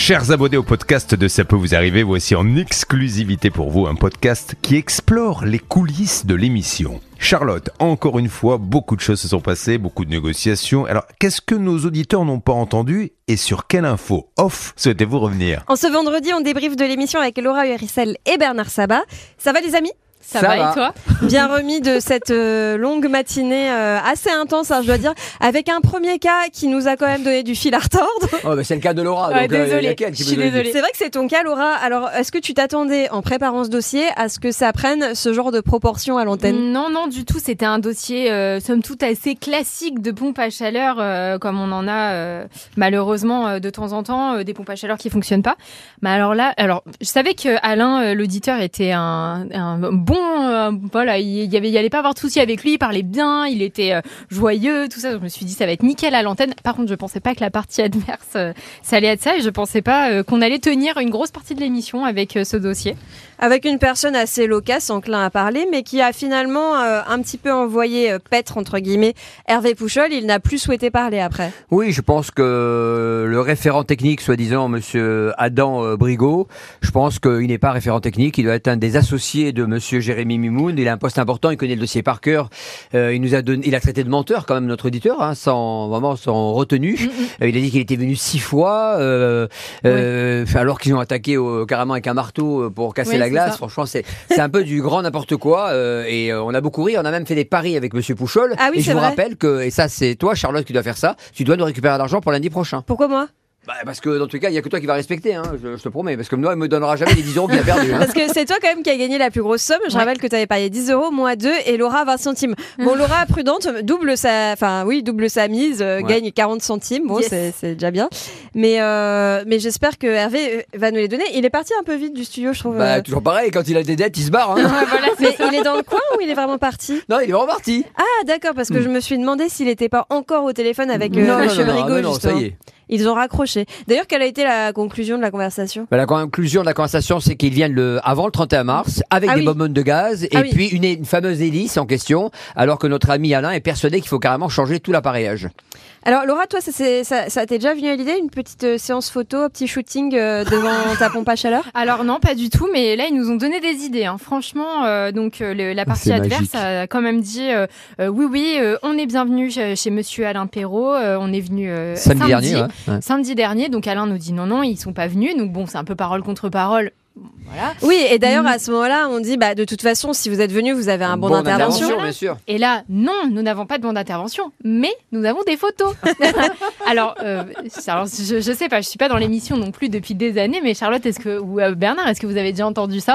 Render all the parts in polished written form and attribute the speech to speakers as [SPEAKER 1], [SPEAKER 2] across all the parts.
[SPEAKER 1] Chers abonnés au podcast de Ça peut vous arriver, voici en exclusivité pour vous un podcast qui explore les coulisses de l'émission. Charlotte, encore une fois, beaucoup de choses se sont passées, beaucoup de négociations. Alors, qu'est-ce que nos auditeurs n'ont pas entendu et sur quelle info off souhaitez-vous revenir ?
[SPEAKER 2] En ce vendredi, on débriefe de l'émission avec Laura Uricel et Bernard Sabat. Ça va les amis ?
[SPEAKER 3] Ça va et toi ?
[SPEAKER 2] Bien remis de cette longue matinée assez intense, je dois dire, avec un premier cas qui nous a quand même donné du fil à retordre.
[SPEAKER 4] Oh, bah c'est le cas de Laura.
[SPEAKER 3] Ouais,
[SPEAKER 4] donc,
[SPEAKER 3] désolée, je suis désolée.
[SPEAKER 2] C'est vrai que c'est ton cas, Laura. Alors, est-ce que tu t'attendais, en préparant ce dossier, à ce que ça prenne ce genre de proportion à l'antenne ?
[SPEAKER 3] Non, du tout. C'était un dossier, somme toute, assez classique de pompe à chaleur, comme on en a malheureusement de temps en temps, des pompes à chaleur qui fonctionnent pas. Mais alors là, je savais que Alain, l'auditeur, était un bon, voilà, il allait pas avoir de soucis avec lui. Il parlait bien, il était joyeux, tout ça. Donc, je me suis dit, ça va être nickel à l'antenne. Par contre, je pensais pas que la partie adverse, ça allait être ça, et je pensais pas qu'on allait tenir une grosse partie de l'émission avec ce dossier.
[SPEAKER 2] Avec une personne assez loquace, enclin à parler, mais qui a finalement un petit peu envoyé paître, entre guillemets, Hervé Pouchol. Il n'a plus souhaité parler après.
[SPEAKER 4] Oui, je pense que le référent technique, soi-disant monsieur Adam Brigaud, je pense qu'il n'est pas référent technique. Il doit être un des associés de monsieur Jérémy Mimoun. Il a un poste important, il connaît le dossier par cœur. Il a traité de menteur quand même notre auditeur, sans retenue. Il a dit qu'il était venu 6 fois, alors qu'ils ont attaqué carrément avec un marteau pour casser la glace. Franchement, c'est un peu du grand n'importe quoi. Et on a beaucoup ri. On a même fait des paris avec monsieur Pouchol.
[SPEAKER 2] Ah oui,
[SPEAKER 4] et
[SPEAKER 2] c'est
[SPEAKER 4] je vous
[SPEAKER 2] vrai.
[SPEAKER 4] rappelle que, et ça c'est toi Charlotte qui dois faire ça, tu dois nous récupérer l'argent pour lundi prochain.
[SPEAKER 2] Pourquoi moi ?
[SPEAKER 4] Parce que dans tous les cas, il n'y a que toi qui vas respecter, je te promets. Parce que moi, il me donnera jamais les 10 euros qu'il a perdu.
[SPEAKER 2] Parce que c'est toi quand même qui a gagné la plus grosse somme. Je rappelle que tu avais parié 10 euros, moi 2 et Laura 20 centimes. Bon, Laura, prudente, double sa mise, gagne 40 centimes. Bon,
[SPEAKER 3] Yes.
[SPEAKER 2] c'est déjà bien. Mais j'espère que Hervé va nous les donner. Il est parti un peu vite du studio, je trouve.
[SPEAKER 4] Toujours pareil, quand il a des dettes, il se barre.
[SPEAKER 3] Voilà,
[SPEAKER 2] Mais il est dans le coin ou il est vraiment parti ?
[SPEAKER 4] Non, il est reparti.
[SPEAKER 2] Ah, d'accord, parce que je me suis demandé s'il n'était pas encore au téléphone avec
[SPEAKER 4] non,
[SPEAKER 2] Monsieur Brigaud,
[SPEAKER 4] non,
[SPEAKER 2] justement.
[SPEAKER 4] ça y est.
[SPEAKER 2] Ils ont raccroché. D'ailleurs, quelle a été la conclusion de la conversation ?
[SPEAKER 4] La conclusion de la conversation, c'est qu'ils viennent avant le 31 mars avec des bonbonnes de gaz et puis une fameuse hélice en question, alors que notre ami Alain est persuadé qu'il faut carrément changer tout l'appareillage.
[SPEAKER 2] Alors Laura, toi, ça t'est déjà venu à l'idée, une petite séance photo, un petit shooting devant ta pompe à chaleur ?
[SPEAKER 3] Alors non, pas du tout, mais là ils nous ont donné des idées. Franchement, la partie
[SPEAKER 4] C'est
[SPEAKER 3] adverse
[SPEAKER 4] magique.
[SPEAKER 3] a quand même dit oui, on est bienvenu chez Monsieur Alain Perrault. On est venu samedi dernier. Donc Alain nous dit non, ils sont pas venus. Donc bon, c'est un peu parole contre parole. Voilà.
[SPEAKER 2] Oui, et d'ailleurs à ce moment-là, on dit de toute façon, si vous êtes venu, vous avez un bon d'intervention.
[SPEAKER 4] Bien sûr.
[SPEAKER 3] Et là, non, nous n'avons pas de bon d'intervention, mais nous avons des photos. alors, je sais pas, je suis pas dans l'émission non plus depuis des années, mais Charlotte, ou Bernard, est-ce que vous avez déjà entendu ça ?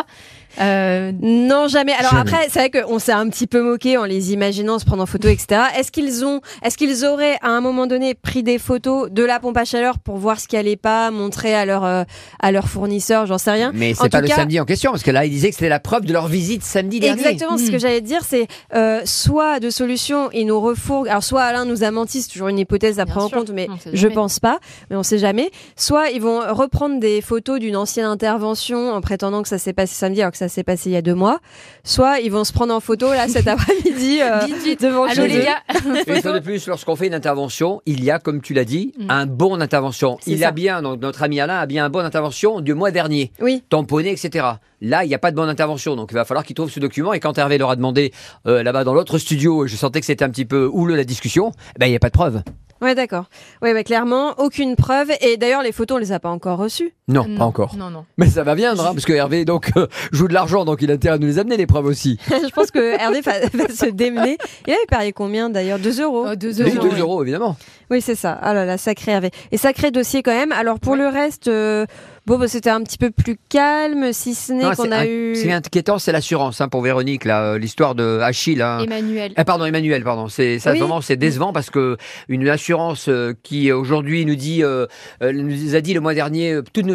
[SPEAKER 2] Non, jamais. Alors
[SPEAKER 4] Jamais.
[SPEAKER 2] après, c'est vrai qu'on s'est un petit peu moqué en les imaginant se prendre en photo, etc. Est-ce qu'ils auraient à un moment donné pris des photos de la pompe à chaleur pour voir ce qui allait pas, montrer à leur fournisseur, j'en sais rien.
[SPEAKER 4] Mais c'est pas le samedi en question, parce que là, il disait que c'était la preuve de leur visite samedi dernier.
[SPEAKER 2] Exactement, ce que j'allais te dire, c'est soit de solutions, ils nous refourguent. Alors, soit Alain nous a menti, c'est toujours une hypothèse à
[SPEAKER 3] Bien
[SPEAKER 2] prendre en
[SPEAKER 3] sûr,
[SPEAKER 2] compte, mais
[SPEAKER 3] on sait
[SPEAKER 2] je
[SPEAKER 3] jamais.
[SPEAKER 2] pense pas, mais on sait jamais. Soit ils vont reprendre des photos d'une ancienne intervention en prétendant que ça s'est passé samedi, alors que ça s'est passé il y a 2 mois. Soit ils vont se prendre en photo là cet après-midi devant
[SPEAKER 3] Allô
[SPEAKER 2] chez
[SPEAKER 3] les
[SPEAKER 2] eux.
[SPEAKER 3] gars.
[SPEAKER 4] Et une fois de plus, lorsqu'on fait une intervention, il y a, comme tu l'as dit, un bon intervention.
[SPEAKER 2] C'est ça.
[SPEAKER 4] Donc notre ami Alain a bien un bon intervention du mois dernier.
[SPEAKER 2] Oui.
[SPEAKER 4] Tamponné, etc. Là, il n'y a pas de bonne intervention, donc il va falloir qu'il trouve ce document. Et quand Hervé leur a demandé là-bas dans l'autre studio, je sentais que c'était un petit peu houleux la discussion, il n'y a pas de preuve.
[SPEAKER 2] Ouais, d'accord. Ouais, clairement, aucune preuve. Et d'ailleurs, les photos, on les a pas encore reçues.
[SPEAKER 4] Non, pas encore.
[SPEAKER 3] Non.
[SPEAKER 4] Mais ça va viendre, parce que Hervé joue de l'argent, donc il a intérêt à nous les amener, les preuves aussi.
[SPEAKER 2] Je pense que Hervé va se démener. Il avait parié combien d'ailleurs ? 2 euros.
[SPEAKER 3] 2
[SPEAKER 4] Oui,
[SPEAKER 3] euros.
[SPEAKER 4] 2 euros, évidemment.
[SPEAKER 2] Oui, c'est ça. Ah là là, sacré Hervé. Et sacré dossier quand même. Alors pour le reste, c'était un petit peu plus calme, si ce n'est qu'on a eu...
[SPEAKER 4] Ce qui est inquiétant, c'est l'assurance pour Véronique, là, l'histoire de Achille.
[SPEAKER 3] Emmanuel.
[SPEAKER 4] Emmanuel, pardon. C'est vraiment c'est décevant parce que une assurance qui aujourd'hui nous a dit le mois dernier toutes nos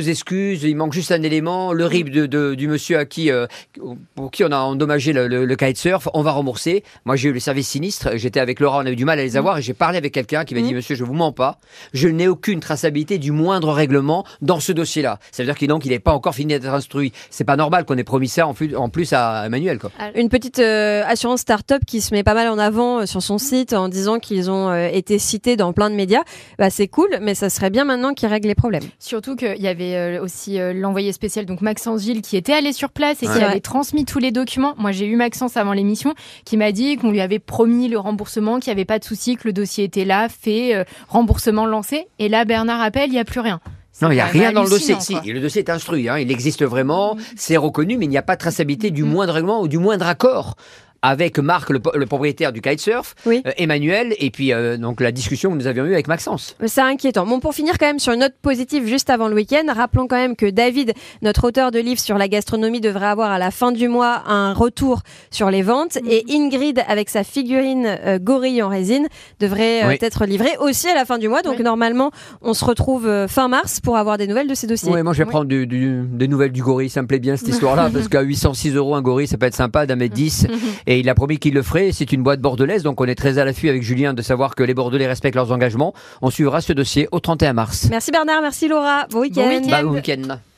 [SPEAKER 4] excuses, il manque juste un élément, le RIB du monsieur pour qui on a endommagé le kitesurf, on va rembourser. Moi, j'ai eu le service sinistre, j'étais avec Laura, on avait du mal à les avoir et j'ai parlé avec quelqu'un qui m'a dit, monsieur, je vous mens pas, je n'ai aucune traçabilité du moindre règlement dans ce dossier-là. Ça veut dire qu'il n'est pas encore fini d'être instruit. C'est pas normal qu'on ait promis ça en plus à Emmanuel, quoi.
[SPEAKER 2] Une petite assurance start-up qui se met pas mal en avant sur son site en disant qu'ils ont été cités dans plein de médias. C'est cool, mais ça serait bien maintenant qu'ils règlent les problèmes.
[SPEAKER 3] Surtout qu'il y avait aussi l'envoyé spécial, donc Maxence Gilles, qui était allé sur place et qui avait transmis tous les documents. Moi, j'ai eu Maxence avant l'émission qui m'a dit qu'on lui avait promis le remboursement, qu'il n'y avait pas de souci, que le dossier était là, fait, remboursement lancé. Et là, Bernard appelle, il n'y a plus rien.
[SPEAKER 4] Non, il n'y a rien dans le dossier. Si, le dossier est instruit, il existe vraiment, c'est reconnu, mais il n'y a pas de traçabilité du moindre règlement ou du moindre accord avec Marc, le propriétaire du kitesurf, Emmanuel, et puis donc la discussion que nous avions eue avec Maxence.
[SPEAKER 2] C'est inquiétant. Bon, pour finir quand même sur une note positive juste avant le week-end, rappelons quand même que David, notre auteur de livre sur la gastronomie, devrait avoir à la fin du mois un retour sur les ventes, et Ingrid, avec sa figurine gorille en résine, devrait être livrée aussi à la fin du mois. Donc normalement, on se retrouve fin mars pour avoir des nouvelles de ces dossiers.
[SPEAKER 4] Oui, moi je vais prendre des nouvelles du gorille, ça me plaît bien cette histoire-là, parce qu'à 806 € un gorille, ça peut être sympa d'en mettre 10. Et il a promis qu'il le ferait. C'est une boîte bordelaise, donc on est très à l'affût avec Julien de savoir que les Bordelais respectent leurs engagements. On suivra ce dossier au 31 mars.
[SPEAKER 2] Merci Bernard, merci Laura. Bon week-end.
[SPEAKER 4] Bon week-end.